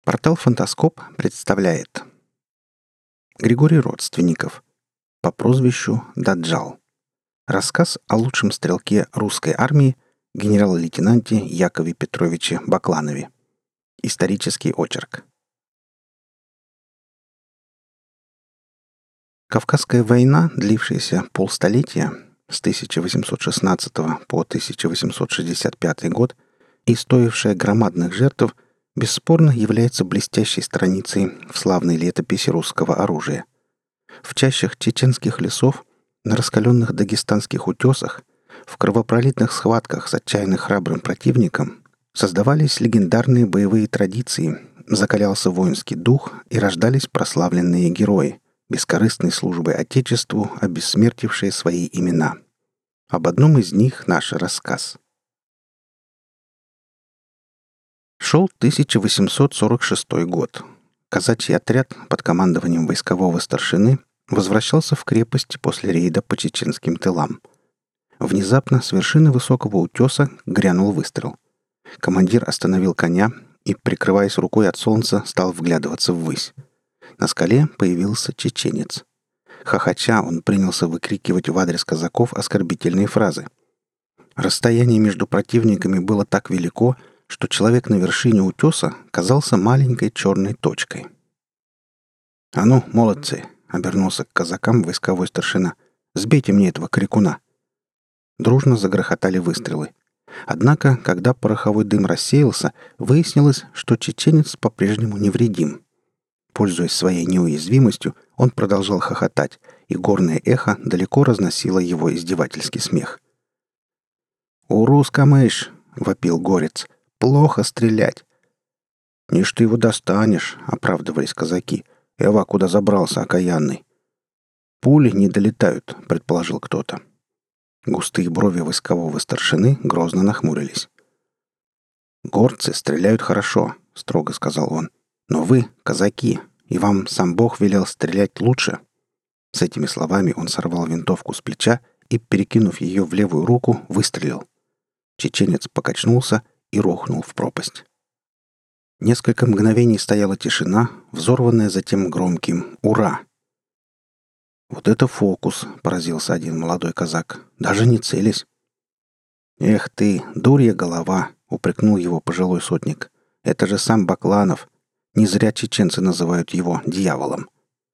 Портал «Фантаскоп» представляет Григорий Родственников по прозвищу Даджал. Рассказ о лучшем стрелке русской армии генерал-лейтенанте Якове Петровиче Бакланове. Исторический очерк. Кавказская война, длившаяся полстолетия, с 1816 по 1865 год и стоившая громадных жертв, бесспорно является блестящей страницей в славной летописи русского оружия. В чащах чеченских лесов, на раскаленных дагестанских утесах, в кровопролитных схватках с отчаянно храбрым противником создавались легендарные боевые традиции, закалялся воинский дух и рождались прославленные герои, бескорыстной службой Отечеству, обессмертившие свои имена. Об одном из них наш рассказ. Шел 1846 год. Казачий отряд под командованием войскового старшины возвращался в крепость после рейда по чеченским тылам. Внезапно с вершины высокого утеса грянул выстрел. Командир остановил коня и, прикрываясь рукой от солнца, стал вглядываться ввысь. На скале появился чеченец. Хохоча он принялся выкрикивать в адрес казаков оскорбительные фразы. Расстояние между противниками было так велико, что человек на вершине утеса казался маленькой черной точкой. «А ну, молодцы!» — обернулся к казакам войсковой старшина. «Сбейте мне этого крикуна!» Дружно загрохотали выстрелы. Однако, когда пороховой дым рассеялся, выяснилось, что чеченец по-прежнему невредим. Пользуясь своей неуязвимостью, он продолжал хохотать, и горное эхо далеко разносило его издевательский смех. «Урус, камыш!» — вопил горец. «Плохо стрелять!» «Не ж ты его достанешь!» — оправдывались казаки. «Эва, куда забрался, окаянный?» «Пули не долетают», — предположил кто-то. Густые брови войскового старшины грозно нахмурились. «Горцы стреляют хорошо», — строго сказал он. «Но вы — казаки, и вам сам Бог велел стрелять лучше». С этими словами он сорвал винтовку с плеча и, перекинув ее в левую руку, выстрелил. Чеченец покачнулся и рухнул в пропасть. Несколько мгновений стояла тишина, взорванная затем громким «Ура!». «Вот это фокус!» — поразился один молодой казак. «Даже не целясь!» «Эх ты, дурья голова!» — упрекнул его пожилой сотник. «Это же сам Бакланов! Не зря чеченцы называют его дьяволом!»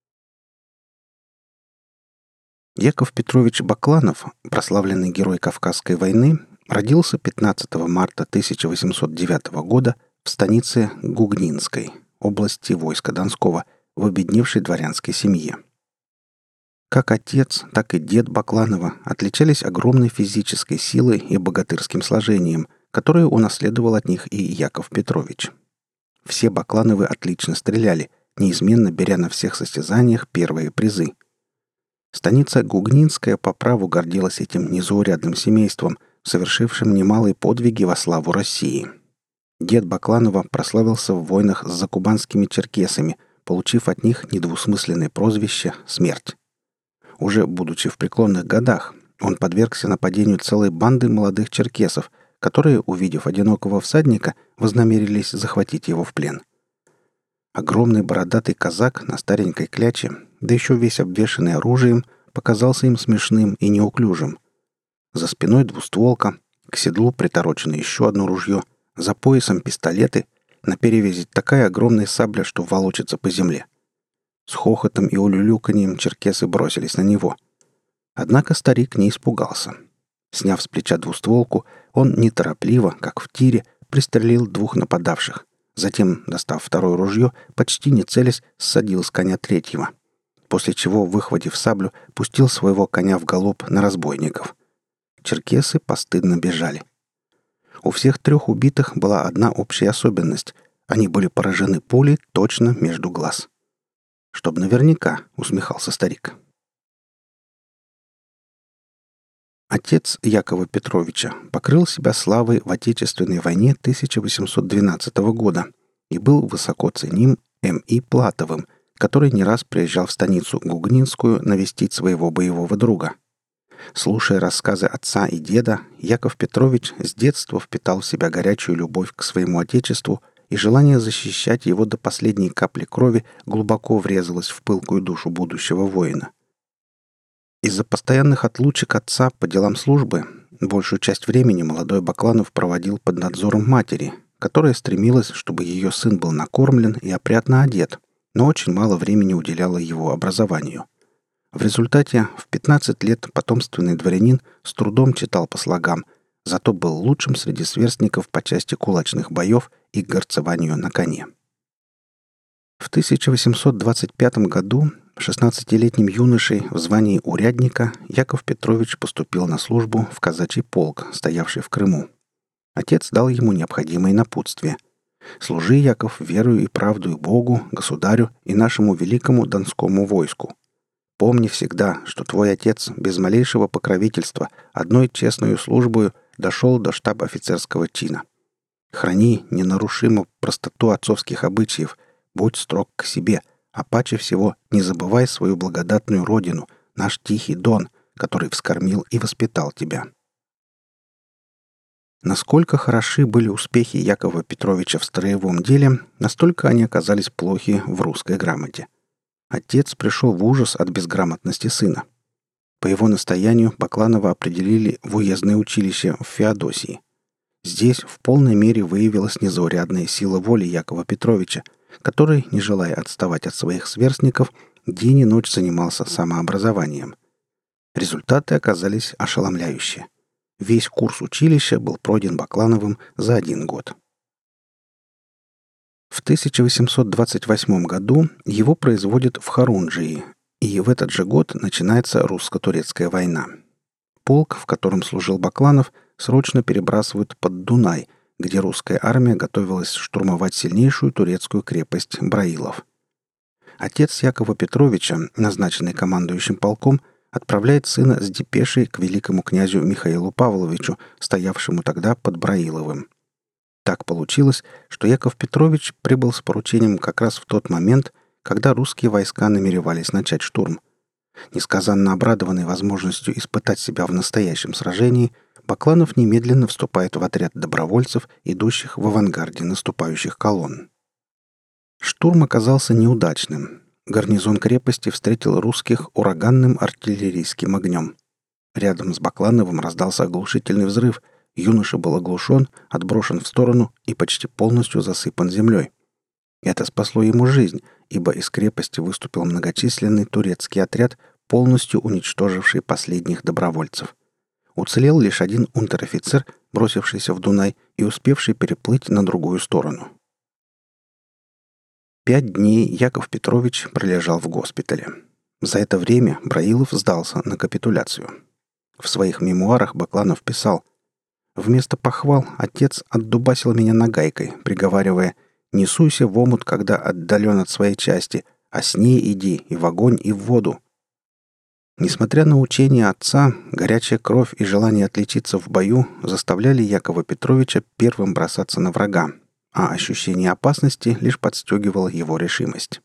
Яков Петрович Бакланов, прославленный герой Кавказской войны, родился 15 марта 1809 года в станице Гугнинской, области войска Донского, в обедневшей дворянской семье. Как отец, так и дед Бакланова отличались огромной физической силой и богатырским сложением, которое унаследовал от них и Яков Петрович. Все Баклановы отлично стреляли, неизменно беря на всех состязаниях первые призы. Станица Гугнинская по праву гордилась этим незаурядным семейством, совершившим немалые подвиги во славу России. Дед Бакланова прославился в войнах с закубанскими черкесами, получив от них недвусмысленное прозвище «Смерть». Уже будучи в преклонных годах, он подвергся нападению целой банды молодых черкесов, которые, увидев одинокого всадника, вознамерились захватить его в плен. Огромный бородатый казак на старенькой кляче, да еще весь обвешанный оружием, показался им смешным и неуклюжим. За спиной двустволка, к седлу приторочено еще одно ружье, за поясом пистолеты, на перевязи такая огромная сабля, что волочится по земле. С хохотом и улюлюканьем черкесы бросились на него. Однако старик не испугался. Сняв с плеча двустволку, он неторопливо, как в тире, пристрелил двух нападавших. Затем, достав второе ружье, почти не целясь, ссадил с коня третьего. После чего, выхватив саблю, пустил своего коня в галоп на разбойников. Черкесы постыдно бежали. У всех трех убитых была одна общая особенность. Они были поражены пулей точно между глаз. «Чтоб наверняка», — усмехался старик. Отец Якова Петровича покрыл себя славой в Отечественной войне 1812 года и был высоко ценим М.И. Платовым, который не раз приезжал в станицу Гугнинскую навестить своего боевого друга. Слушая рассказы отца и деда, Яков Петрович с детства впитал в себя горячую любовь к своему отечеству и желание защищать его до последней капли крови глубоко врезалось в пылкую душу будущего воина. Из-за постоянных отлучек отца по делам службы большую часть времени молодой Бакланов проводил под надзором матери, которая стремилась, чтобы ее сын был накормлен и опрятно одет, но очень мало времени уделяла его образованию. В результате в 15 лет потомственный дворянин с трудом читал по слогам, зато был лучшим среди сверстников по части кулачных боев и горцеванию на коне. В 1825 году 16-летним юношей в звании урядника Яков Петрович поступил на службу в казачий полк, стоявший в Крыму. Отец дал ему необходимые напутствия. «Служи, Яков, верою и правдою Богу, государю и нашему великому донскому войску. Помни всегда, что твой отец без малейшего покровительства одной честной службою дошел до штаб-офицерского чина. Храни ненарушимо простоту отцовских обычаев, будь строг к себе, а паче всего не забывай свою благодатную родину, наш тихий Дон, который вскормил и воспитал тебя». Насколько хороши были успехи Якова Петровича в строевом деле, настолько они оказались плохи в русской грамоте. Отец пришел в ужас от безграмотности сына. По его настоянию Бакланова определили в уездное училище в Феодосии. Здесь в полной мере выявилась незаурядная сила воли Якова Петровича, который, не желая отставать от своих сверстников, день и ночь занимался самообразованием. Результаты оказались ошеломляющие. Весь курс училища был пройден Баклановым за 1 год. В 1828 году его производят в Харунжии, и в этот же год начинается русско-турецкая война. Полк, в котором служил Бакланов, срочно перебрасывают под Дунай, где русская армия готовилась штурмовать сильнейшую турецкую крепость Браилов. Отец Якова Петровича, назначенный командующим полком, отправляет сына с депешей к великому князю Михаилу Павловичу, стоявшему тогда под Браиловым. Так получилось, что Яков Петрович прибыл с поручением как раз в тот момент, когда русские войска намеревались начать штурм. Несказанно обрадованный возможностью испытать себя в настоящем сражении, Бакланов немедленно вступает в отряд добровольцев, идущих в авангарде наступающих колонн. Штурм оказался неудачным. Гарнизон крепости встретил русских ураганным артиллерийским огнем. Рядом с Баклановым раздался оглушительный взрыв. Юноша был оглушен, отброшен в сторону и почти полностью засыпан землей. Это спасло ему жизнь, ибо из крепости выступил многочисленный турецкий отряд, полностью уничтоживший последних добровольцев. Уцелел лишь один унтер-офицер, бросившийся в Дунай и успевший переплыть на другую сторону. 5 дней Яков Петрович пролежал в госпитале. За это время Браилов сдался на капитуляцию. В своих мемуарах Бакланов писал: «Вместо похвал отец отдубасил меня нагайкой, приговаривая: «Не суйся в омут, когда отдален от своей части, а с ней иди и в огонь, и в воду». Несмотря на учения отца, горячая кровь и желание отличиться в бою заставляли Якова Петровича первым бросаться на врага, а ощущение опасности лишь подстегивало его решимость.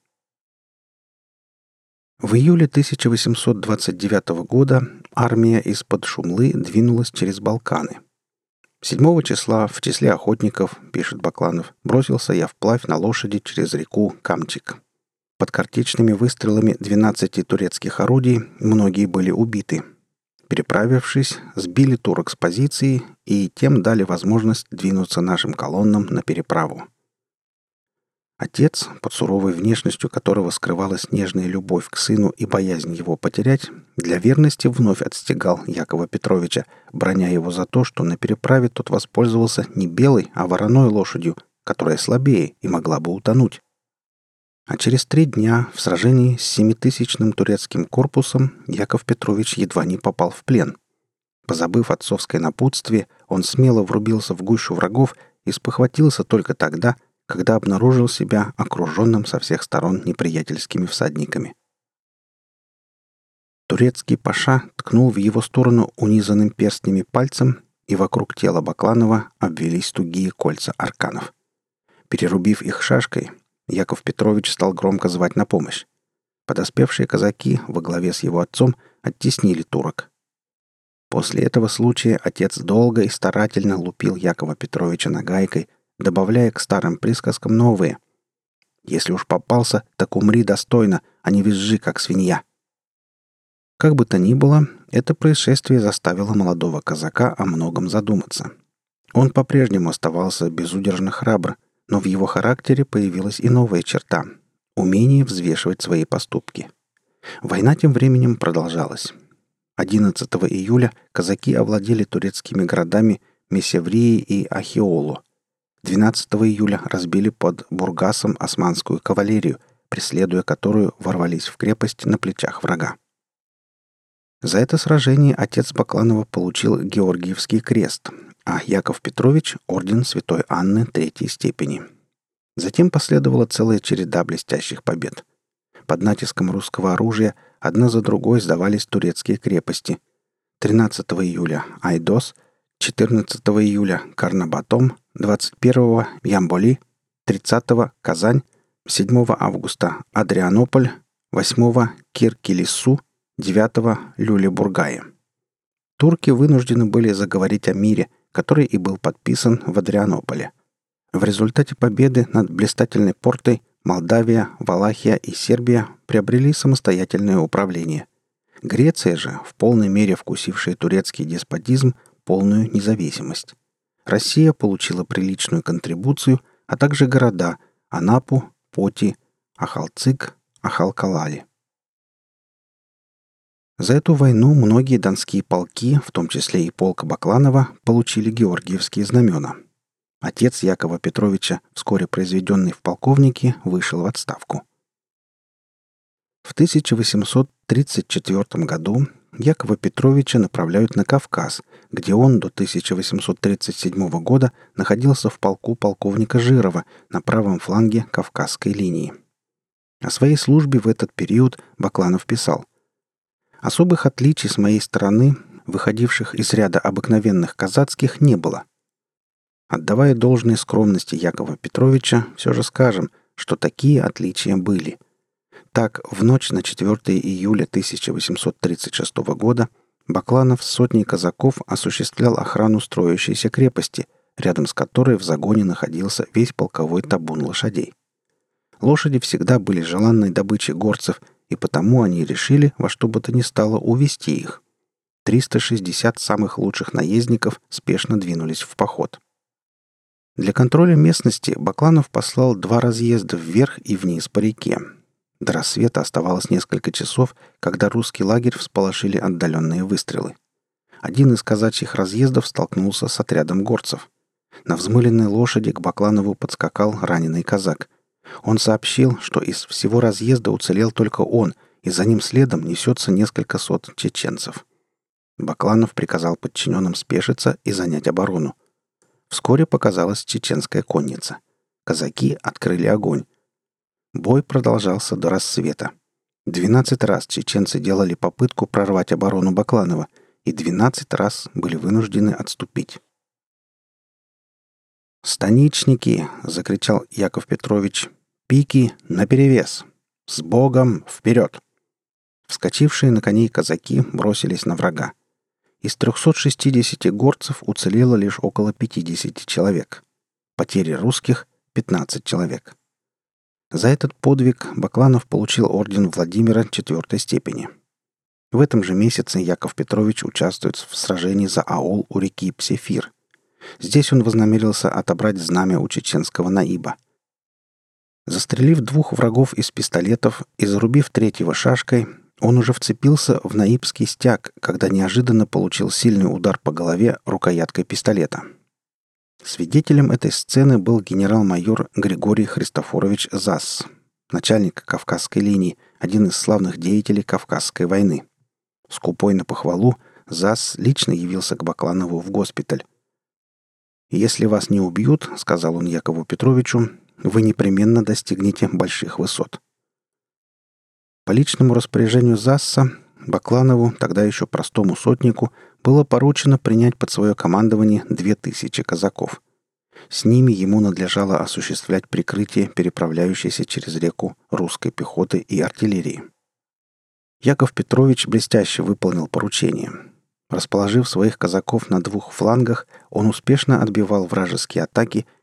В июле 1829 года армия из-под Шумлы двинулась через Балканы. 7 числа в числе охотников, пишет Бакланов, бросился я вплавь на лошади через реку Камчик. Под картечными выстрелами 12 турецких орудий многие были убиты. Переправившись, сбили турок с позиции и тем дали возможность двинуться нашим колоннам на переправу. Отец, под суровой внешностью которого скрывалась нежная любовь к сыну и боязнь его потерять, для верности вновь отстегал Якова Петровича, браня его за то, что на переправе тот воспользовался не белой, а вороной лошадью, которая слабее и могла бы утонуть. А через 3 дня в сражении с 7000-ным турецким корпусом Яков Петрович едва не попал в плен. Позабыв отцовское напутствие, он смело врубился в гущу врагов и спохватился только тогда, когда обнаружил себя окруженным со всех сторон неприятельскими всадниками. Турецкий паша ткнул в его сторону унизанным перстнями пальцем, и вокруг тела Бакланова обвелись тугие кольца арканов. Перерубив их шашкой, Яков Петрович стал громко звать на помощь. Подоспевшие казаки во главе с его отцом оттеснили турок. После этого случая отец долго и старательно лупил Якова Петровича нагайкой, добавляя к старым присказкам новые. «Если уж попался, так умри достойно, а не визжи, как свинья». Как бы то ни было, это происшествие заставило молодого казака о многом задуматься. Он по-прежнему оставался безудержно храбр, но в его характере появилась и новая черта — умение взвешивать свои поступки. Война тем временем продолжалась. 11 июля казаки овладели турецкими городами Месеврии и Ахиолу. 12 июля разбили под Бургасом османскую кавалерию, преследуя которую ворвались в крепость на плечах врага. За это сражение отец Бакланова получил Георгиевский крест, а Яков Петрович — орден Святой Анны третьей степени. Затем последовала целая череда блестящих побед. Под натиском русского оружия одна за другой сдавались турецкие крепости. 13 июля — Айдос, 14 июля — Карнабатом, 21 — Ямболи, 30 — Казань, 7 августа — Адрианополь, 8 — Киркилиссу, 9 — Люлебургае. Турки вынуждены были заговорить о мире, который и был подписан в Адрианополе. В результате победы над блистательной портой Молдавия, Валахия и Сербия приобрели самостоятельное управление. Греция же, в полной мере вкусившая турецкий деспотизм, полную независимость. Россия получила приличную контрибуцию, а также города Анапу, Поти, Ахалцик, Ахалкалали. За эту войну многие донские полки, в том числе и полк Бакланова, получили георгиевские знамена. Отец Якова Петровича, вскоре произведенный в полковники, вышел в отставку. В 1834 году Якова Петровича направляют на Кавказ, где он до 1837 года находился в полку полковника Жирова на правом фланге Кавказской линии. О своей службе в этот период Бакланов писал: «Особых отличий с моей стороны, выходивших из ряда обыкновенных казацких, не было. Отдавая должное скромности Якова Петровича, все же скажем, что такие отличия были. Так, в ночь на 4 июля 1836 года Бакланов с сотней казаков осуществлял охрану строящейся крепости, рядом с которой в загоне находился весь полковой табун лошадей. Лошади всегда были желанной добычей горцев, и потому они решили во что бы то ни стало увести их. 360 самых лучших наездников спешно двинулись в поход. Для контроля местности Бакланов послал 2 разъезда вверх и вниз по реке. До рассвета оставалось несколько часов, когда русский лагерь всполошили отдаленные выстрелы. Один из казачьих разъездов столкнулся с отрядом горцев. На взмыленной лошади к Бакланову подскакал раненый казак. Он сообщил, что из всего разъезда уцелел только он, и за ним следом несется несколько сот чеченцев. Бакланов приказал подчиненным спешиться и занять оборону. Вскоре показалась чеченская конница. Казаки открыли огонь. Бой продолжался до рассвета. 12 раз чеченцы делали попытку прорвать оборону Бакланова, и 12 раз были вынуждены отступить. «Станичники!» — закричал Яков Петрович. «Пики наперевес! С Богом вперед!» Вскочившие на коней казаки бросились на врага. Из 360 горцев уцелело лишь около 50 человек. Потери русских — 15 человек. За этот подвиг Бакланов получил орден Владимира IV степени. В этом же месяце Яков Петрович участвует в сражении за аул у реки Псефир. Здесь он вознамерился отобрать знамя у чеченского наиба. Застрелив 2 врагов из пистолетов и зарубив 3-го шашкой, он уже вцепился в наибский стяг, когда неожиданно получил сильный удар по голове рукояткой пистолета. Свидетелем этой сцены был генерал-майор Григорий Христофорович Засс, начальник Кавказской линии, один из славных деятелей Кавказской войны. Скупой на похвалу, Засс лично явился к Бакланову в госпиталь. «Если вас не убьют, — сказал он Якову Петровичу, — вы непременно достигнете больших высот». По личному распоряжению Засса Бакланову, тогда еще простому сотнику, было поручено принять под свое командование 2000 казаков. С ними ему надлежало осуществлять прикрытие переправляющейся через реку русской пехоты и артиллерии. Яков Петрович блестяще выполнил поручение. Расположив своих казаков на 2 флангах, он успешно отбивал вражеские атаки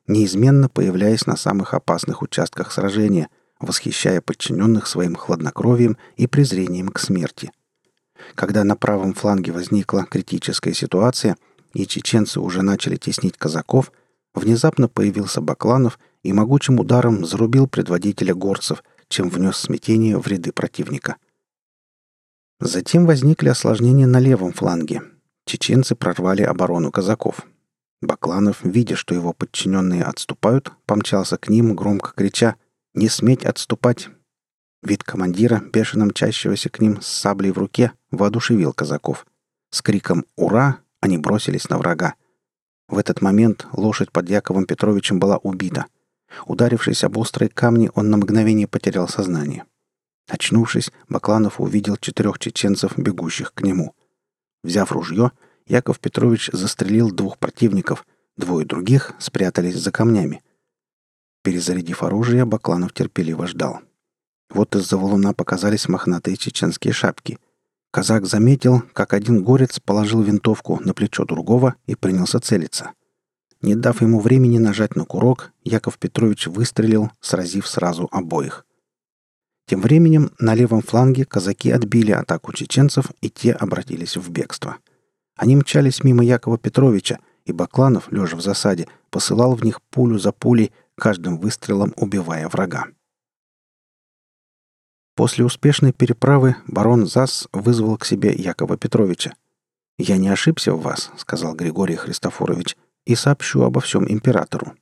неизменно появляясь на самых опасных участках сражения, восхищая подчиненных своим хладнокровием и презрением к смерти. Когда на правом фланге возникла критическая ситуация, и чеченцы уже начали теснить казаков, внезапно появился Бакланов и могучим ударом зарубил предводителя горцев, чем внес смятение в ряды противника. Затем возникли осложнения на левом фланге. Чеченцы прорвали оборону казаков. Бакланов, видя, что его подчиненные отступают, помчался к ним, громко крича: «Не сметь отступать!». Вид командира, бешено мчащегося к ним с саблей в руке, воодушевил казаков. С криком «Ура!» они бросились на врага. В этот момент лошадь под Яковом Петровичем была убита. Ударившись об острые камни, он на мгновение потерял сознание. Очнувшись, Бакланов увидел 4 чеченцев, бегущих к нему. Взяв ружье, Яков Петрович застрелил 2 противников, 2 других спрятались за камнями. Перезарядив оружие, Бакланов терпеливо ждал. Вот из-за валуна показались мохнатые чеченские шапки. Казак заметил, как один горец положил винтовку на плечо другого и принялся целиться. Не дав ему времени нажать на курок, Яков Петрович выстрелил, сразив сразу обоих. Тем временем на левом фланге казаки отбили атаку чеченцев, и те обратились в бегство. Они мчались мимо Якова Петровича, и Бакланов, лежа в засаде, посылал в них пулю за пулей, каждым выстрелом убивая врага. После успешной переправы барон Зас вызвал к себе Якова Петровича. «Я не ошибся в вас», — сказал Григорий Христофорович, — «и сообщу обо всем императору».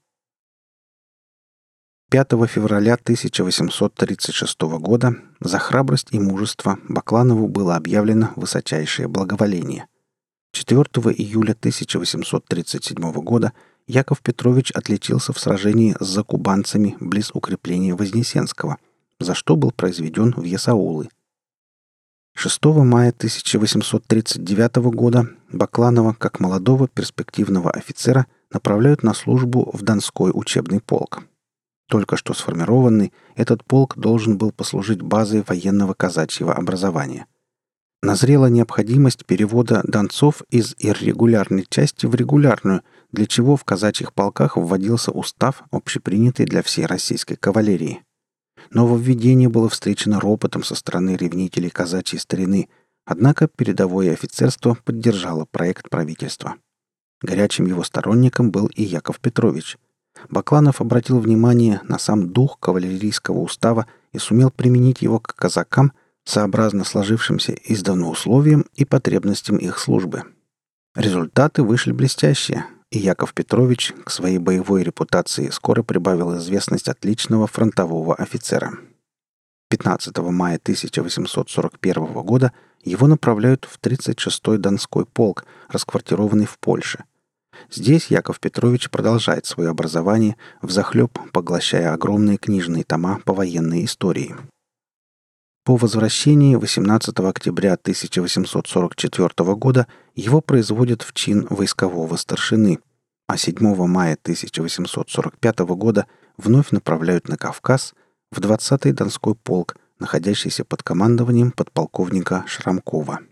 5 февраля 1836 года за храбрость и мужество Бакланову было объявлено высочайшее благоволение. 4 июля 1837 года Яков Петрович отличился в сражении с закубанцами близ укрепления Вознесенского, за что был произведен в ясаулы. 6 мая 1839 года Бакланова, как молодого перспективного офицера, направляют на службу в Донской учебный полк. Только что сформированный, этот полк должен был послужить базой военного казачьего образования. Назрела необходимость перевода донцов из иррегулярной части в регулярную, для чего в казачьих полках вводился устав, общепринятый для всей российской кавалерии. Нововведение было встречено ропотом со стороны ревнителей казачьей старины, однако передовое офицерство поддержало проект правительства. Горячим его сторонником был и Яков Петрович. Бакланов обратил внимание на сам дух кавалерийского устава и сумел применить его к казакам, сообразно сложившимся издавна условиям и потребностям их службы. Результаты вышли блестящие, и Яков Петрович к своей боевой репутации скоро прибавил известность отличного фронтового офицера. 15 мая 1841 года его направляют в 36-й Донской полк, расквартированный в Польше. Здесь Яков Петрович продолжает свое образование, взахлеб поглощая огромные книжные тома по военной истории. По возвращении 18 октября 1844 года его производят в чин войскового старшины, а 7 мая 1845 года вновь направляют на Кавказ в 20-й Донской полк, находящийся под командованием подполковника Шрамкова.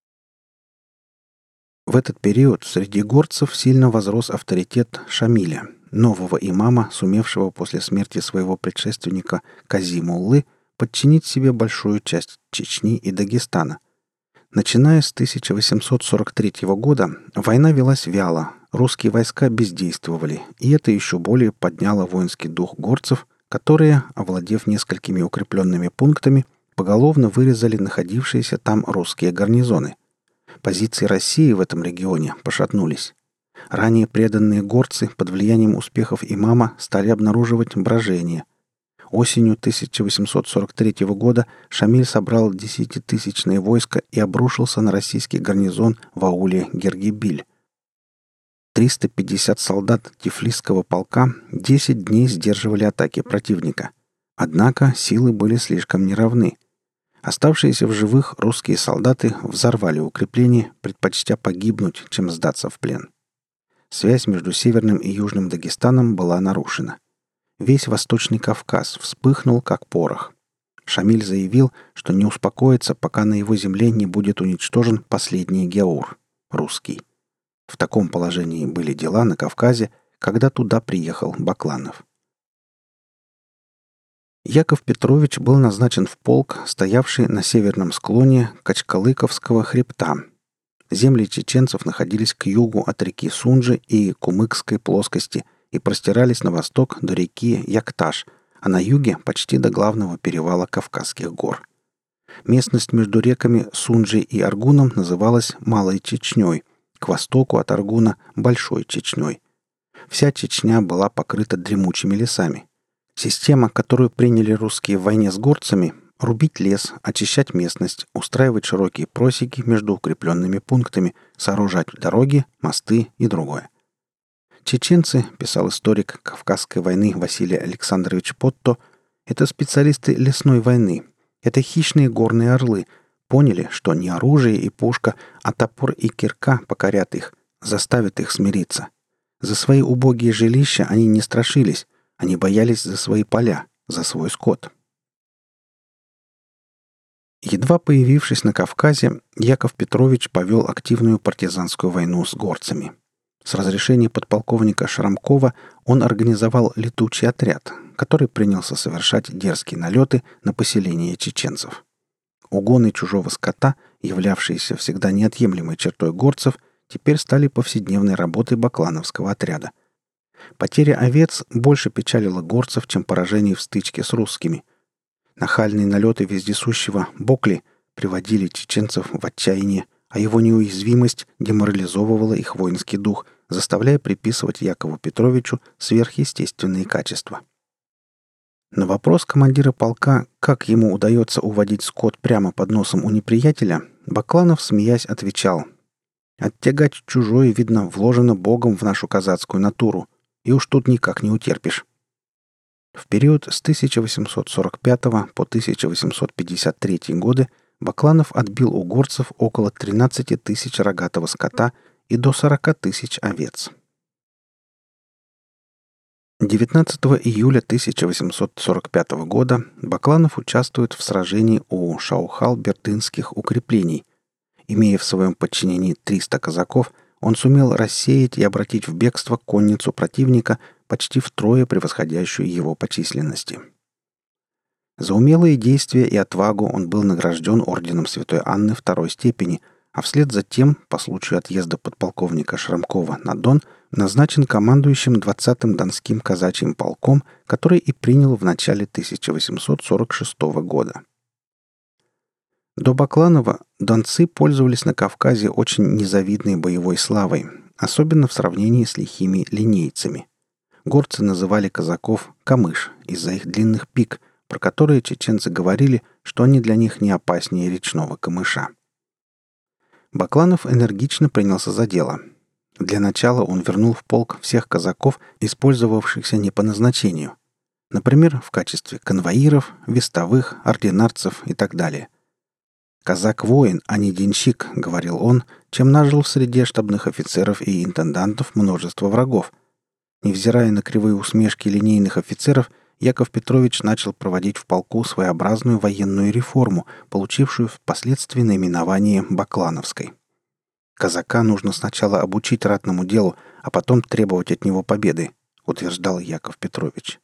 В этот период среди горцев сильно возрос авторитет Шамиля, нового имама, сумевшего после смерти своего предшественника Кази-Муллы подчинить себе большую часть Чечни и Дагестана. Начиная с 1843 года война велась вяло, русские войска бездействовали, и это еще более подняло воинский дух горцев, которые, овладев несколькими укрепленными пунктами, поголовно вырезали находившиеся там русские гарнизоны. Позиции России в этом регионе пошатнулись. Ранее преданные горцы под влиянием успехов имама стали обнаруживать брожение. Осенью 1843 года Шамиль собрал 10-тысячное войско и обрушился на российский гарнизон в ауле Гергибиль. 350 солдат Тифлисского полка 10 дней сдерживали атаки противника. Однако силы были слишком неравны. Оставшиеся в живых русские солдаты взорвали укрепление, предпочтя погибнуть, чем сдаться в плен. Связь между Северным и Южным Дагестаном была нарушена. Весь Восточный Кавказ вспыхнул, как порох. Шамиль заявил, что не успокоится, пока на его земле не будет уничтожен последний геур — русский. В таком положении были дела на Кавказе, когда туда приехал Бакланов. Яков Петрович был назначен в полк, стоявший на северном склоне Качкалыковского хребта. Земли чеченцев находились к югу от реки Сунжи и Кумыкской плоскости и простирались на восток до реки Якташ, а на юге почти до главного перевала Кавказских гор. Местность между реками Сунжи и Аргуном называлась Малой Чечней, к востоку от Аргуна – Большой Чечней. Вся Чечня была покрыта дремучими лесами. Система, которую приняли русские в войне с горцами – рубить лес, очищать местность, устраивать широкие просеки между укрепленными пунктами, сооружать дороги, мосты и другое. Чеченцы, писал историк Кавказской войны Василий Александрович Потто, это специалисты лесной войны, это хищные горные орлы, поняли, что не оружие и пушка, а топор и кирка покорят их, заставят их смириться. За свои убогие жилища они не страшились, они боялись за свои поля, за свой скот. Едва появившись на Кавказе, Яков Петрович повел активную партизанскую войну с горцами. С разрешения подполковника Шрамкова он организовал летучий отряд, который принялся совершать дерзкие налеты на поселения чеченцев. Угоны чужого скота, являвшиеся всегда неотъемлемой чертой горцев, теперь стали повседневной работой баклановского отряда. Потеря овец больше печалила горцев, чем поражение в стычке с русскими. Нахальные налеты вездесущего Бокли приводили чеченцев в отчаяние, а его неуязвимость деморализовывала их воинский дух, заставляя приписывать Якову Петровичу сверхъестественные качества. На вопрос командира полка, как ему удается уводить скот прямо под носом у неприятеля, Бакланов, смеясь, отвечал: «Оттягать чужое, видно, вложено Богом в нашу казацкую натуру, и уж тут никак не утерпишь». В период с 1845 по 1853 годы Бакланов отбил у горцев около 13 тысяч рогатого скота и до 40 тысяч овец. 19 июля 1845 года Бакланов участвует в сражении у Шаухал-Бердынских укреплений. Имея в своем подчинении 300 казаков, он сумел рассеять и обратить в бегство конницу противника, почти втрое превосходящую его по численности. За умелые действия и отвагу он был награжден орденом Святой Анны второй степени, а вслед за тем, по случаю отъезда подполковника Шрамкова на Дон, назначен командующим 20-м Донским казачьим полком, который и принял в начале 1846 года. До Бакланова донцы пользовались на Кавказе очень незавидной боевой славой, особенно в сравнении с лихими линейцами. Горцы называли казаков «камыш» из-за их длинных пик, про которые чеченцы говорили, что они для них не опаснее речного камыша. Бакланов энергично принялся за дело. Для начала он вернул в полк всех казаков, использовавшихся не по назначению. Например, в качестве конвоиров, вестовых, ординарцев и так далее. «Казак-воин, а не денщик», — говорил он, чем нажил в среде штабных офицеров и интендантов множество врагов. Невзирая на кривые усмешки линейных офицеров, Яков Петрович начал проводить в полку своеобразную военную реформу, получившую впоследствии наименование Баклановской. «Казака нужно сначала обучить ратному делу, а потом требовать от него победы», — утверждал Яков Петрович.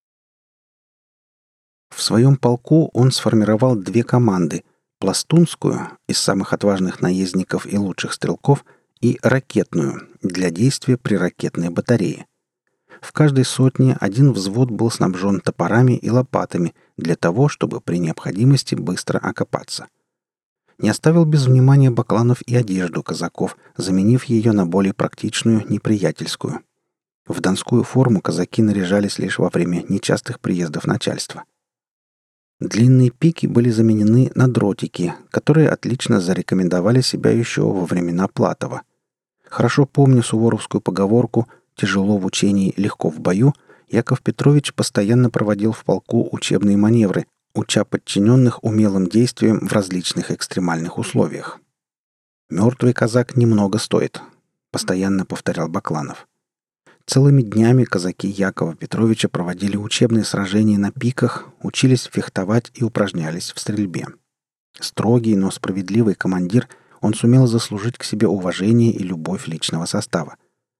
В своем полку он сформировал две команды — пластунскую, из самых отважных наездников и лучших стрелков, и ракетную, для действия при ракетной батарее. В каждой сотне один взвод был снабжен топорами и лопатами для того, чтобы при необходимости быстро окопаться. Не оставил без внимания Бакланов и одежду казаков, заменив ее на более практичную, неприятельскую. В донскую форму казаки наряжались лишь во время нечастых приездов начальства. Длинные пики были заменены на дротики, которые отлично зарекомендовали себя еще во времена Платова. Хорошо помню суворовскую поговорку «тяжело в учении, легко в бою», Яков Петрович постоянно проводил в полку учебные маневры, уча подчиненных умелым действиям в различных экстремальных условиях. «Мертвый казак немного стоит», — постоянно повторял Бакланов. Целыми днями казаки Якова Петровича проводили учебные сражения на пиках, учились фехтовать и упражнялись в стрельбе. Строгий, но справедливый командир, он сумел заслужить к себе уважение и любовь личного состава.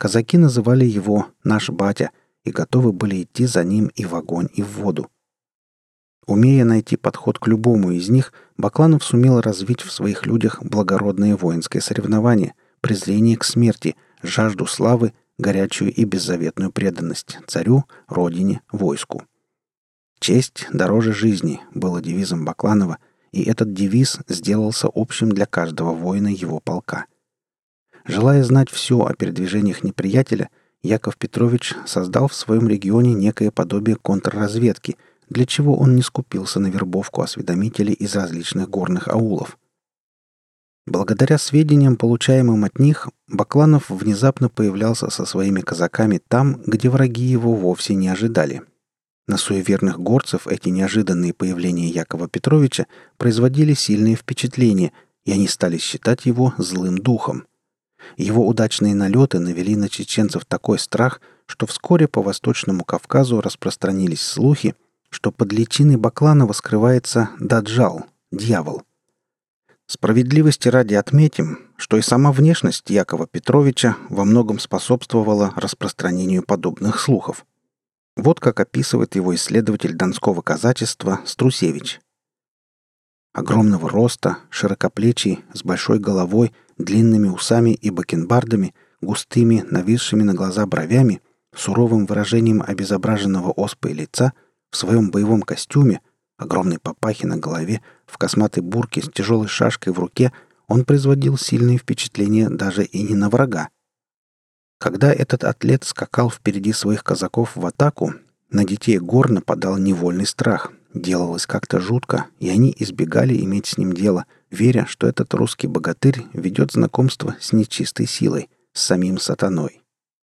казаки называли его «наш батя» и готовы были идти за ним и в огонь, и в воду. Умея найти подход к любому из них, Бакланов сумел развить в своих людях благородное воинское соревнование, презрение к смерти, жажду славы, горячую и беззаветную преданность царю, родине, войску. «Честь дороже жизни» было девизом Бакланова, и этот девиз сделался общим для каждого воина его полка. Желая знать все о передвижениях неприятеля, Яков Петрович создал в своем регионе некое подобие контрразведки, для чего он не скупился на вербовку осведомителей из различных горных аулов. Благодаря сведениям, получаемым от них, Бакланов внезапно появлялся со своими казаками там, где враги его вовсе не ожидали. На суеверных горцев эти неожиданные появления Якова Петровича производили сильное впечатление, и они стали считать его злым духом. Его удачные налеты навели на чеченцев такой страх, что вскоре по Восточному Кавказу распространились слухи, что под личиной Бакланова скрывается Даджал, дьявол. Справедливости ради отметим, что и сама внешность Якова Петровича во многом способствовала распространению подобных слухов. Вот как описывает его исследователь донского казачества Струсевич. Огромного роста, широкоплечий, с большой головой, длинными усами и бакенбардами, густыми, нависшими на глаза бровями, суровым выражением обезображенного оспой лица, в своем боевом костюме, огромной папахе на голове, в косматой бурке с тяжелой шашкой в руке, он производил сильное впечатление даже и не на врага. Когда этот атлет скакал впереди своих казаков в атаку, на детей гор нападал невольный страх. Делалось как-то жутко, и они избегали иметь с ним дело, веря, что этот русский богатырь ведет знакомство с нечистой силой, с самим сатаной.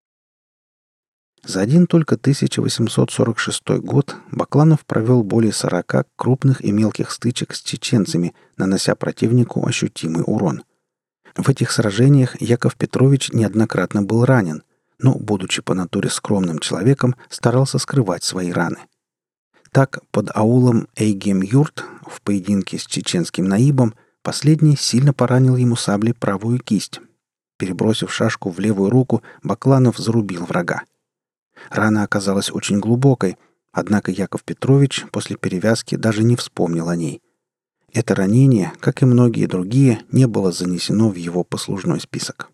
За один только 1846 год Бакланов провел более 40 крупных и мелких стычек с чеченцами, нанося противнику ощутимый урон. В этих сражениях Яков Петрович неоднократно был ранен, но, будучи по натуре скромным человеком, старался скрывать свои раны. Так, под аулом Эйгем-Юрт в поединке с чеченским наибом последний сильно поранил ему саблей правую кисть. Перебросив шашку в левую руку, Бакланов зарубил врага. Рана оказалась очень глубокой, однако Яков Петрович после перевязки даже не вспомнил о ней. Это ранение, как и многие другие, не было занесено в его послужной список.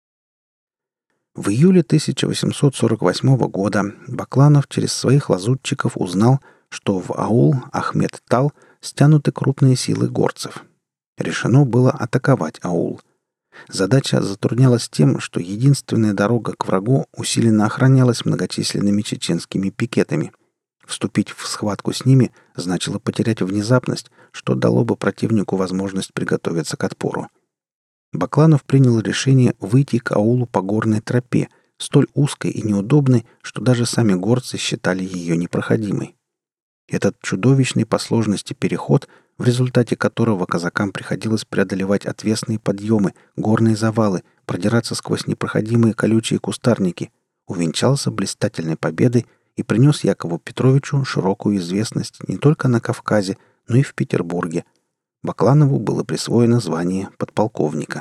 В июле 1848 года Бакланов через своих лазутчиков узнал, что в аул Ахмед-Тал стянуты крупные силы горцев. Решено было атаковать аул. Задача затруднялась тем, что единственная дорога к врагу усиленно охранялась многочисленными чеченскими пикетами. Вступить в схватку с ними значило потерять внезапность, что дало бы противнику возможность приготовиться к отпору. Бакланов принял решение выйти к аулу по горной тропе, столь узкой и неудобной, что даже сами горцы считали ее непроходимой. Этот чудовищный по сложности переход, в результате которого казакам приходилось преодолевать отвесные подъемы, горные завалы, продираться сквозь непроходимые колючие кустарники, увенчался блистательной победой и принес Якову Петровичу широкую известность не только на Кавказе, но и в Петербурге. Бакланову было присвоено звание подполковника.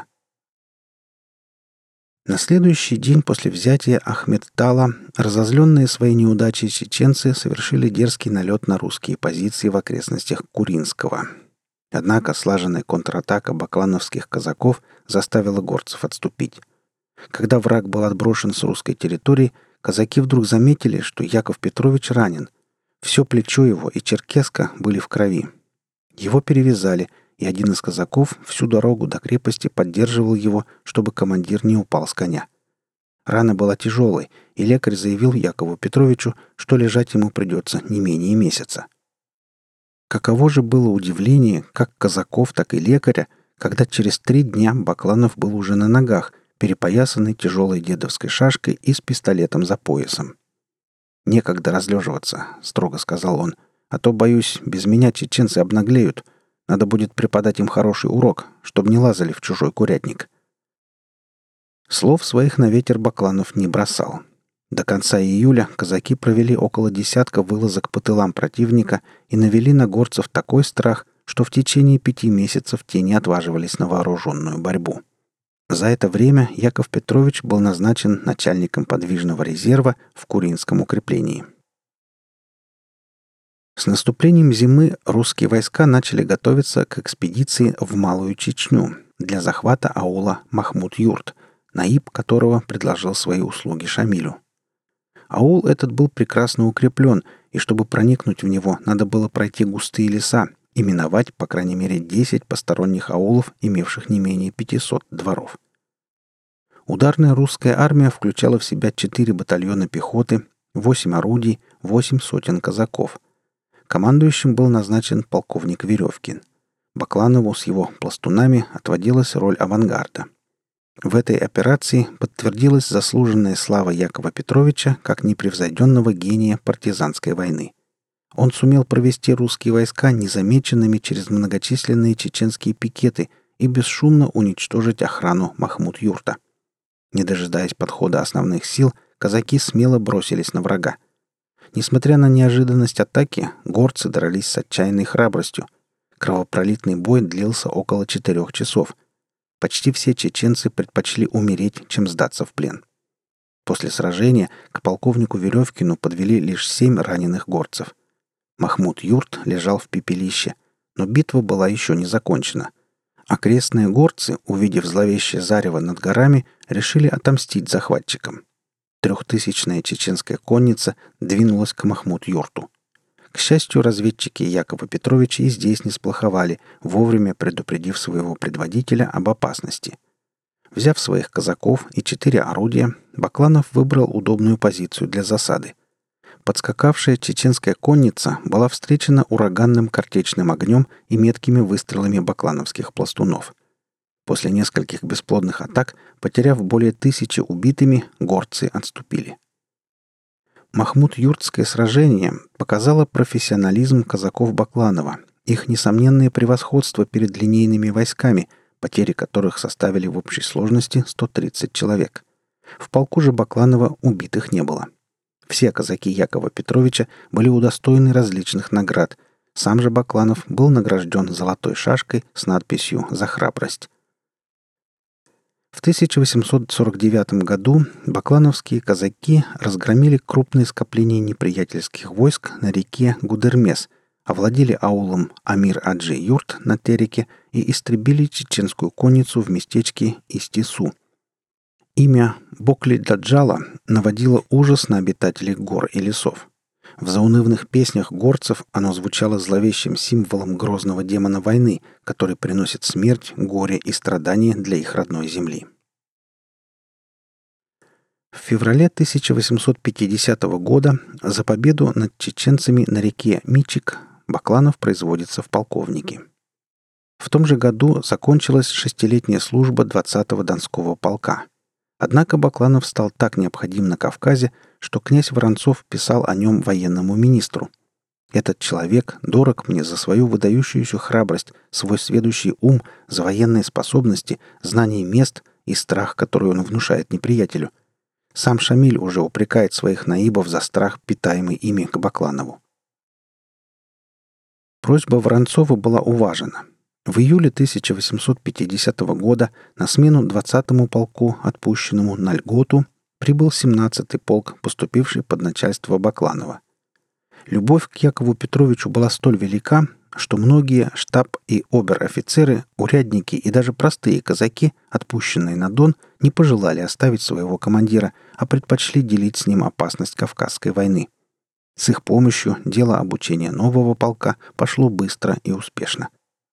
На следующий день после взятия Ахмед-Тала разозленные своей неудачей чеченцы совершили дерзкий налет на русские позиции в окрестностях Куринского. Однако слаженная контратака баклановских казаков заставила горцев отступить. Когда враг был отброшен с русской территории, казаки вдруг заметили, что Яков Петрович ранен. Все плечо его и черкеска были в крови. Его перевязали, и один из казаков всю дорогу до крепости поддерживал его, чтобы командир не упал с коня. Рана была тяжелой, и лекарь заявил Якову Петровичу, что лежать ему придется не менее месяца. Каково же было удивление как казаков, так и лекаря, когда через 3 дня Бакланов был уже на ногах, перепоясанный тяжелой дедовской шашкой и с пистолетом за поясом. «Некогда разлеживаться», — строго сказал он, — «а то, боюсь, без меня чеченцы обнаглеют. Надо будет преподать им хороший урок, чтобы не лазали в чужой курятник». Слов своих на ветер Бакланов не бросал. До конца июля казаки провели около 10 вылазок по тылам противника и навели на горцев такой страх, что в течение 5 месяцев те не отваживались на вооруженную борьбу. За это время Яков Петрович был назначен начальником подвижного резерва в Куринском укреплении. С наступлением зимы русские войска начали готовиться к экспедиции в Малую Чечню для захвата аула Махмуд-Юрт, наиб которого предложил свои услуги Шамилю. Аул этот был прекрасно укреплен, и чтобы проникнуть в него, надо было пройти густые леса и миновать, по крайней мере, 10 посторонних аулов, имевших не менее 500 дворов. Ударная русская армия включала в себя 4 батальона пехоты, 8 орудий, 8 сотен казаков. Командующим был назначен полковник Веревкин. Бакланову с его пластунами отводилась роль авангарда. В этой операции подтвердилась заслуженная слава Якова Петровича как непревзойденного гения партизанской войны. Он сумел провести русские войска незамеченными через многочисленные чеченские пикеты и бесшумно уничтожить охрану Махмуд-Юрта. Не дожидаясь подхода основных сил, казаки смело бросились на врага. Несмотря на неожиданность атаки, горцы дрались с отчаянной храбростью. Кровопролитный бой длился около 4 часов. Почти все чеченцы предпочли умереть, чем сдаться в плен. После сражения к полковнику Веревкину подвели лишь 7 раненых горцев. Махмуд-Юрт лежал в пепелище, но битва была еще не закончена. Окрестные горцы, увидев зловещее зарево над горами, решили отомстить захватчикам. 3000-я чеченская конница двинулась к Махмуд-Юрту. К счастью, разведчики Якова Петровича и здесь не сплоховали, вовремя предупредив своего предводителя об опасности. Взяв своих казаков и 4 орудия, Бакланов выбрал удобную позицию для засады. Подскакавшая чеченская конница была встречена ураганным картечным огнем и меткими выстрелами баклановских пластунов. После нескольких бесплодных атак, потеряв более 1000 убитыми, горцы отступили. Махмуд-Юртское сражение показало профессионализм казаков Бакланова, их несомненное превосходство перед линейными войсками, потери которых составили в общей сложности 130 человек. В полку же Бакланова убитых не было. Все казаки Якова Петровича были удостоены различных наград. Сам же Бакланов был награжден золотой шашкой с надписью «За храбрость». В 1849 году баклановские казаки разгромили крупные скопления неприятельских войск на реке Гудермес, овладели аулом Амир-Аджи-Юрт на Тереке и истребили чеченскую конницу в местечке Истису. Имя Бокли-Даджала наводило ужас на обитателей гор и лесов. В заунывных песнях горцев оно звучало зловещим символом грозного демона войны, который приносит смерть, горе и страдания для их родной земли. В феврале 1850 года за победу над чеченцами на реке Мичик Бакланов производится в полковники. В том же году закончилась 6-летняя служба 20-го Донского полка. Однако Бакланов стал так необходим на Кавказе, что князь Воронцов писал о нем военному министру. «Этот человек дорог мне за свою выдающуюся храбрость, свой сведущий ум, за военные способности, знание мест и страх, который он внушает неприятелю. Сам Шамиль уже упрекает своих наибов за страх, питаемый ими к Бакланову». Просьба Воронцова была уважена. В июле 1850 года на смену 20-му полку, отпущенному на льготу, прибыл 17-й полк, поступивший под начальство Бакланова. Любовь к Якову Петровичу была столь велика, что многие штаб- и обер-офицеры, урядники и даже простые казаки, отпущенные на Дон, не пожелали оставить своего командира, а предпочли делить с ним опасность Кавказской войны. С их помощью дело обучения нового полка пошло быстро и успешно.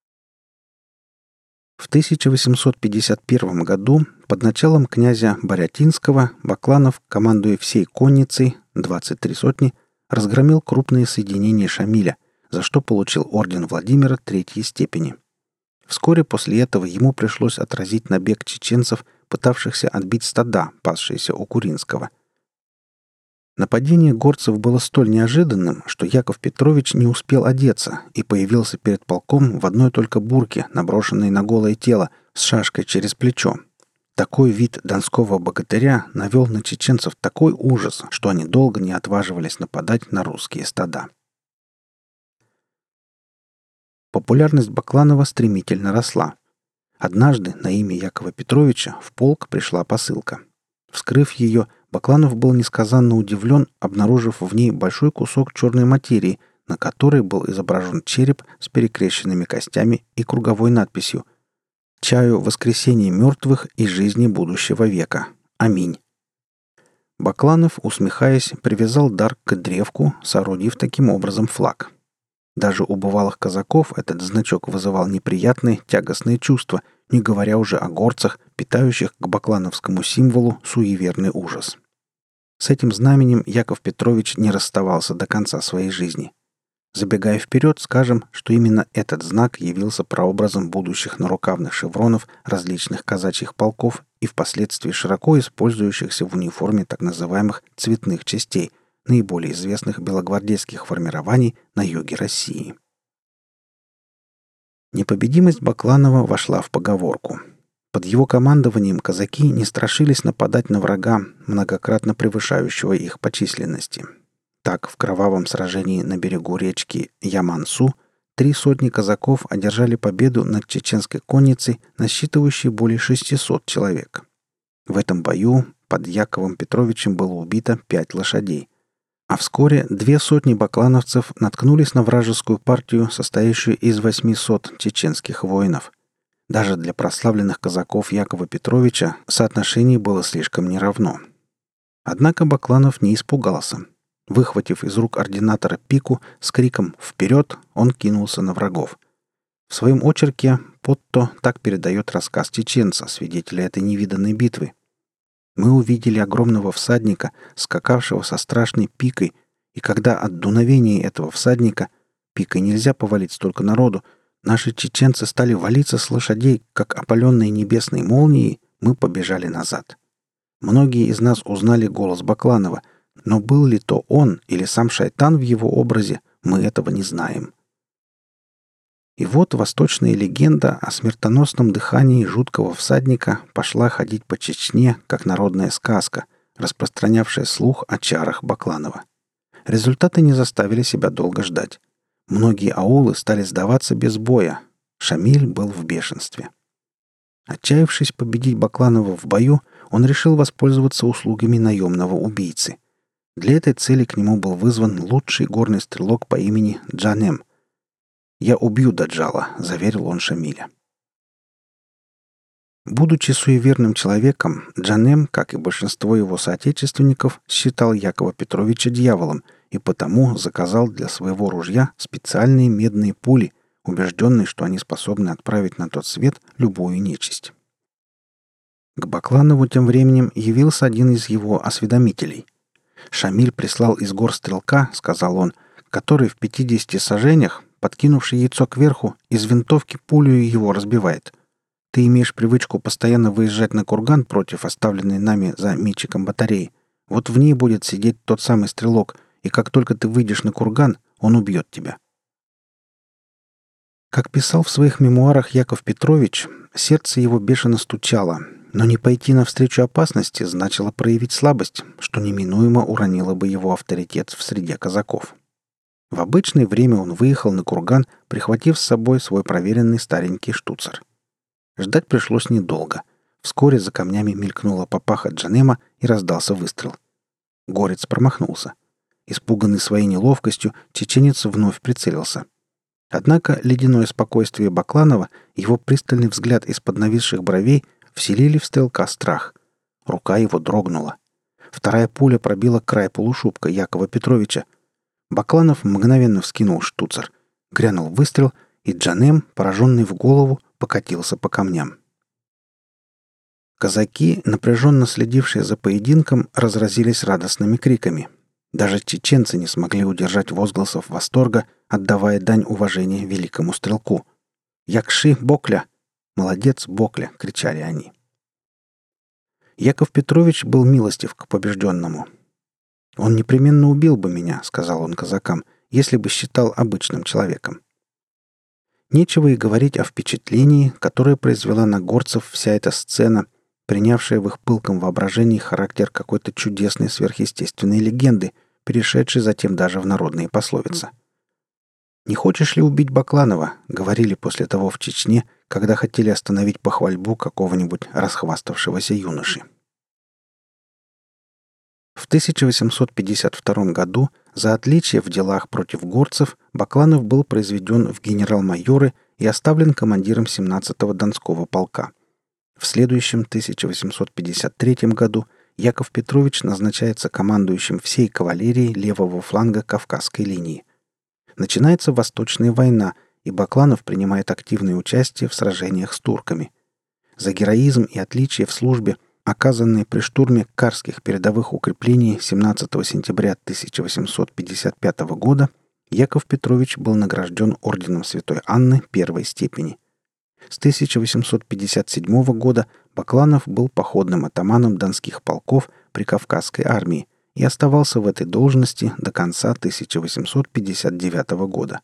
В 1851 году под началом князя Борятинского Бакланов, командуя всей конницей, 23 сотни, разгромил крупные соединения Шамиля, за что получил орден Владимира третьей степени. Вскоре после этого ему пришлось отразить набег чеченцев, пытавшихся отбить стада, пасшиеся у Куринского. Нападение горцев было столь неожиданным, что Яков Петрович не успел одеться и появился перед полком в одной только бурке, наброшенной на голое тело, с шашкой через плечо. Такой вид донского богатыря навел на чеченцев такой ужас, что они долго не отваживались нападать на русские стада. Популярность Бакланова стремительно росла. Однажды на имя Якова Петровича в полк пришла посылка. Вскрыв ее, Бакланов был несказанно удивлен, обнаружив в ней большой кусок черной материи, на которой был изображен череп с перекрещенными костями и круговой надписью «Чаю воскресения мертвых и жизни будущего века. Аминь». Бакланов, усмехаясь, привязал дар к древку, соорудив таким образом флаг. Даже у бывалых казаков этот значок вызывал неприятные, тягостные чувства, не говоря уже о горцах, питающих к баклановскому символу суеверный ужас. С этим знаменем Яков Петрович не расставался до конца своей жизни. Забегая вперед, скажем, что именно этот знак явился прообразом будущих нарукавных шевронов различных казачьих полков и впоследствии широко использующихся в униформе так называемых цветных частей, наиболее известных белогвардейских формирований на юге России. Непобедимость Бакланова вошла в поговорку. Под его командованием казаки не страшились нападать на врага, многократно превышающего их по численности. Так, в кровавом сражении на берегу речки Ямансу 300 казаков одержали победу над чеченской конницей, насчитывающей более 600 человек. В этом бою под Яковом Петровичем было убито 5 лошадей. А вскоре 200 баклановцев наткнулись на вражескую партию, состоящую из 800 чеченских воинов. Даже для прославленных казаков Якова Петровича соотношение было слишком неравно. Однако Бакланов не испугался. Выхватив из рук ординатора пику, с криком «Вперед!» он кинулся на врагов. В своем очерке Потто так передает рассказ чеченца, свидетеля этой невиданной битвы. «Мы увидели огромного всадника, скакавшего со страшной пикой, и когда от дуновения этого всадника, пикой нельзя повалить столько народу, наши чеченцы стали валиться с лошадей, как опаленные небесной молнией, мы побежали назад. Многие из нас узнали голос Бакланова, но был ли то он или сам шайтан в его образе, мы этого не знаем». И вот восточная легенда о смертоносном дыхании жуткого всадника пошла ходить по Чечне, как народная сказка, распространявшая слух о чарах Бакланова. Результаты не заставили себя долго ждать. Многие аулы стали сдаваться без боя. Шамиль был в бешенстве. Отчаявшись победить Бакланова в бою, он решил воспользоваться услугами наемного убийцы. Для этой цели к нему был вызван лучший горный стрелок по имени Джанем. «Я убью Даджала», — заверил он Шамиля. Будучи суеверным человеком, Джанем, как и большинство его соотечественников, считал Якова Петровича дьяволом и потому заказал для своего ружья специальные медные пули, убежденный, что они способны отправить на тот свет любую нечисть. К Бакланову тем временем явился один из его осведомителей. «Шамиль прислал из гор стрелка», — сказал он, — «который в 50 саженях, подкинувший яйцо кверху, из винтовки пулю его разбивает. Ты имеешь привычку постоянно выезжать на курган против оставленной нами за мечиком батареи. Вот в ней будет сидеть тот самый стрелок, и как только ты выйдешь на курган, он убьет тебя». Как писал в своих мемуарах Яков Петрович, сердце его бешено стучало, но не пойти навстречу опасности значило проявить слабость, что неминуемо уронило бы его авторитет в среде казаков. В обычное время он выехал на курган, прихватив с собой свой проверенный старенький штуцер. Ждать пришлось недолго. Вскоре за камнями мелькнула папаха Джанема и раздался выстрел. Горец промахнулся. Испуганный своей неловкостью, чеченец вновь прицелился. Однако ледяное спокойствие Бакланова, его пристальный взгляд из-под нависших бровей вселили в стрелка страх. Рука его дрогнула. Вторая пуля пробила край полушубка Якова Петровича. Бакланов мгновенно вскинул штуцер. Грянул выстрел, и Джанем, пораженный в голову, покатился по камням. Казаки, напряженно следившие за поединком, разразились радостными криками. Даже чеченцы не смогли удержать возгласов восторга, отдавая дань уважения великому стрелку. «Якши Бокля! Молодец, Бокля!» — кричали они. Яков Петрович был милостив к побежденному. «Он непременно убил бы меня», — сказал он казакам, «если бы считал обычным человеком». Нечего и говорить о впечатлении, которое произвела на горцев вся эта сцена, принявшая в их пылком воображении характер какой-то чудесной сверхъестественной легенды, перешедшей затем даже в народные пословицы. «Не хочешь ли убить Бакланова?» — говорили после того в Чечне, когда хотели остановить похвальбу какого-нибудь расхваставшегося юноши. В 1852 году за отличие в делах против горцев Бакланов был произведен в генерал-майоры и оставлен командиром 17-го Донского полка. В следующем 1853 году Яков Петрович назначается командующим всей кавалерией левого фланга Кавказской линии. Начинается Восточная война, и Бакланов принимает активное участие в сражениях с турками. За героизм и отличие в службе, оказанные при штурме карских передовых укреплений 17 сентября 1855 года, Яков Петрович был награжден орденом Святой Анны первой степени. С 1857 года Бакланов был походным атаманом донских полков при Кавказской армии и оставался в этой должности до конца 1859 года.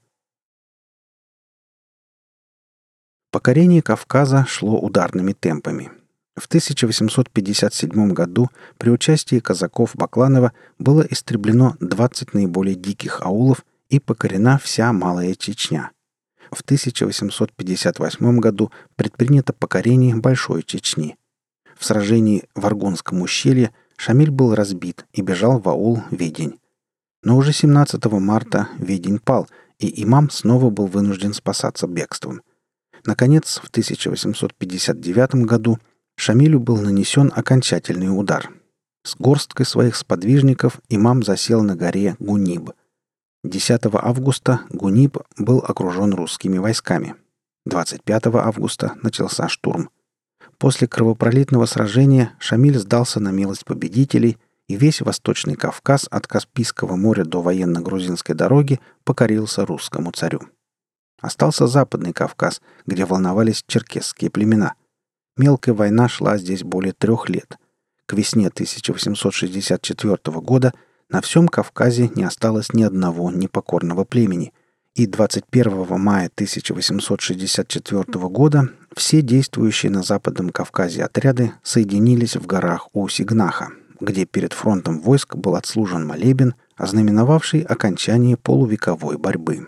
Покорение Кавказа шло ударными темпами. В 1857 году при участии казаков Бакланова было истреблено 20 наиболее диких аулов и покорена вся Малая Чечня. В 1858 году предпринято покорение Большой Чечни. В сражении в Аргунском ущелье Шамиль был разбит и бежал в аул Ведень. Но уже 17 марта Ведень пал, и имам снова был вынужден спасаться бегством. Наконец, в 1859 году Шамилю был нанесен окончательный удар. С горсткой своих сподвижников имам засел на горе Гуниб. 10 августа Гуниб был окружен русскими войсками. 25 августа начался штурм. После кровопролитного сражения Шамиль сдался на милость победителей, и весь Восточный Кавказ от Каспийского моря до военно-грузинской дороги покорился русскому царю. Остался Западный Кавказ, где волновались черкесские племена. Мелкая война шла здесь более 3 лет. К весне 1864 года на всем Кавказе не осталось ни одного непокорного племени, и 21 мая 1864 года все действующие на Западном Кавказе отряды соединились в горах у Сигнаха, где перед фронтом войск был отслужен молебен, ознаменовавший окончание полувековой борьбы.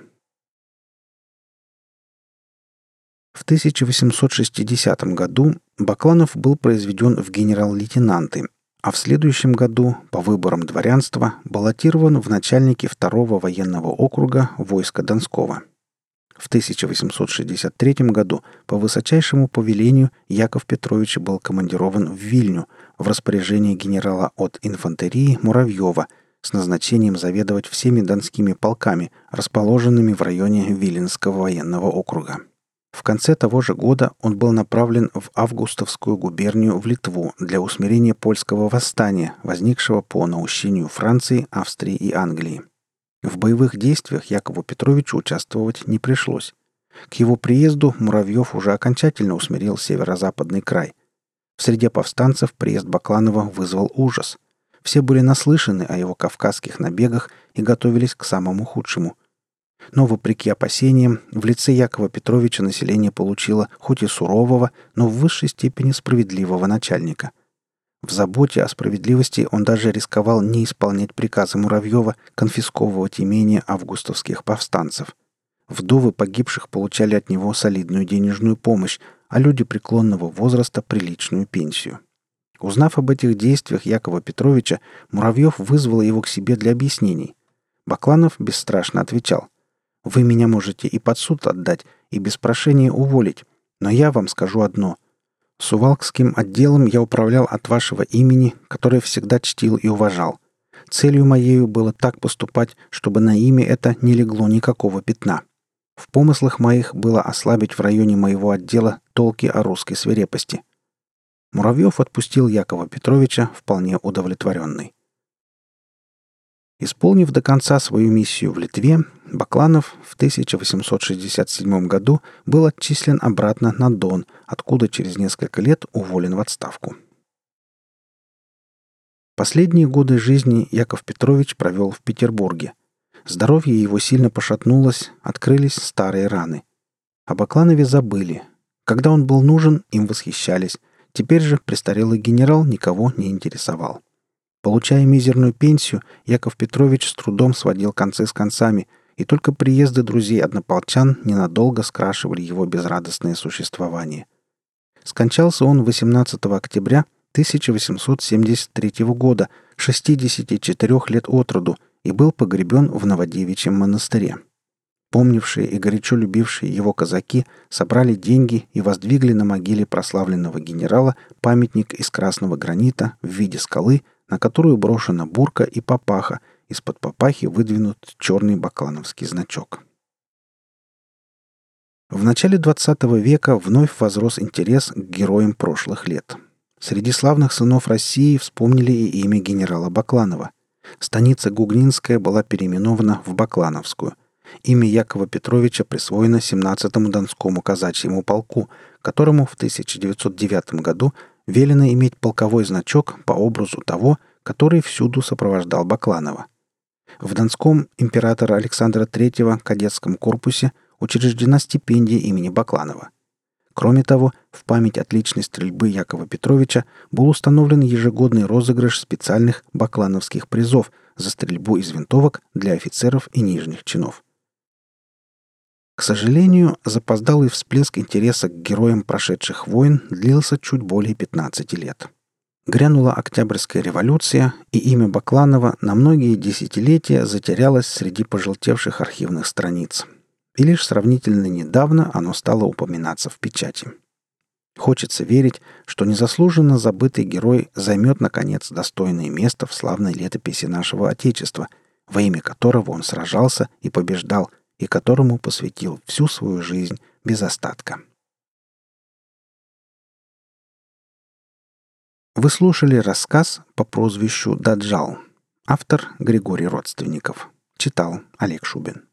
В 1860 году Бакланов был произведен в генерал-лейтенанты, а в следующем году, по выборам дворянства, баллотирован в начальники 2-го военного округа войска Донского. В 1863 году по высочайшему повелению Яков Петрович был командирован в Вильню в распоряжение генерала от инфантерии Муравьева с назначением заведовать всеми донскими полками, расположенными в районе Виленского военного округа. В конце того же года он был направлен в Августовскую губернию в Литву для усмирения польского восстания, возникшего по наущению Франции, Австрии и Англии. В боевых действиях Якову Петровичу участвовать не пришлось. К его приезду Муравьев уже окончательно усмирил северо-западный край. В среде повстанцев приезд Бакланова вызвал ужас. Все были наслышаны о его кавказских набегах и готовились к самому худшему. Но, вопреки опасениям, в лице Якова Петровича население получило хоть и сурового, но в высшей степени справедливого начальника. В заботе о справедливости он даже рисковал не исполнять приказы Муравьева конфисковывать имения августовских повстанцев. Вдовы погибших получали от него солидную денежную помощь, а люди преклонного возраста – приличную пенсию. Узнав об этих действиях Якова Петровича, Муравьев вызвал его к себе для объяснений. Бакланов бесстрашно отвечал: «Вы меня можете и под суд отдать, и без прошения уволить, но я вам скажу одно. Сувалкским отделом я управлял от вашего имени, которое всегда чтил и уважал. Целью моею было так поступать, чтобы на имя это не легло никакого пятна. В помыслах моих было ослабить в районе моего отдела толки о русской свирепости». Муравьев отпустил Якова Петровича вполне удовлетворенный. Исполнив до конца свою миссию в Литве, Бакланов в 1867 году был отчислен обратно на Дон, откуда через несколько лет уволен в отставку. Последние годы жизни Яков Петрович провел в Петербурге. Здоровье его сильно пошатнулось, открылись старые раны. О Бакланове забыли. Когда он был нужен, им восхищались. Теперь же престарелый генерал никого не интересовал. Получая мизерную пенсию, Яков Петрович с трудом сводил концы с концами, и только приезды друзей-однополчан ненадолго скрашивали его безрадостное существование. Скончался он 18 октября 1873 года, 64 лет от роду, и был погребен в Новодевичьем монастыре. Помнившие и горячо любившие его казаки собрали деньги и воздвигли на могиле прославленного генерала памятник из красного гранита в виде скалы, на которую брошена бурка и папаха, из-под папахи выдвинут черный баклановский значок. В начале XX века вновь возрос интерес к героям прошлых лет. Среди славных сынов России вспомнили и имя генерала Бакланова. Станица Гугнинская была переименована в Баклановскую. Имя Якова Петровича присвоено 17-му Донскому казачьему полку, которому в 1909 году велено иметь полковой значок по образу того, который всюду сопровождал Бакланова. В Донском императора Александра III кадетском корпусе учреждена стипендия имени Бакланова. Кроме того, в память отличной стрельбы Якова Петровича был установлен ежегодный розыгрыш специальных баклановских призов за стрельбу из винтовок для офицеров и нижних чинов. К сожалению, запоздалый всплеск интереса к героям прошедших войн длился чуть более 15 лет. Грянула Октябрьская революция, и имя Бакланова на многие десятилетия затерялось среди пожелтевших архивных страниц. И лишь сравнительно недавно оно стало упоминаться в печати. Хочется верить, что незаслуженно забытый герой займет, наконец, достойное место в славной летописи нашего Отечества, во имя которого он сражался и побеждал, и которому посвятил всю свою жизнь без остатка. Вы слушали рассказ по прозвищу Даджал. Автор Григорий Родственников. Читал Олег Шубин.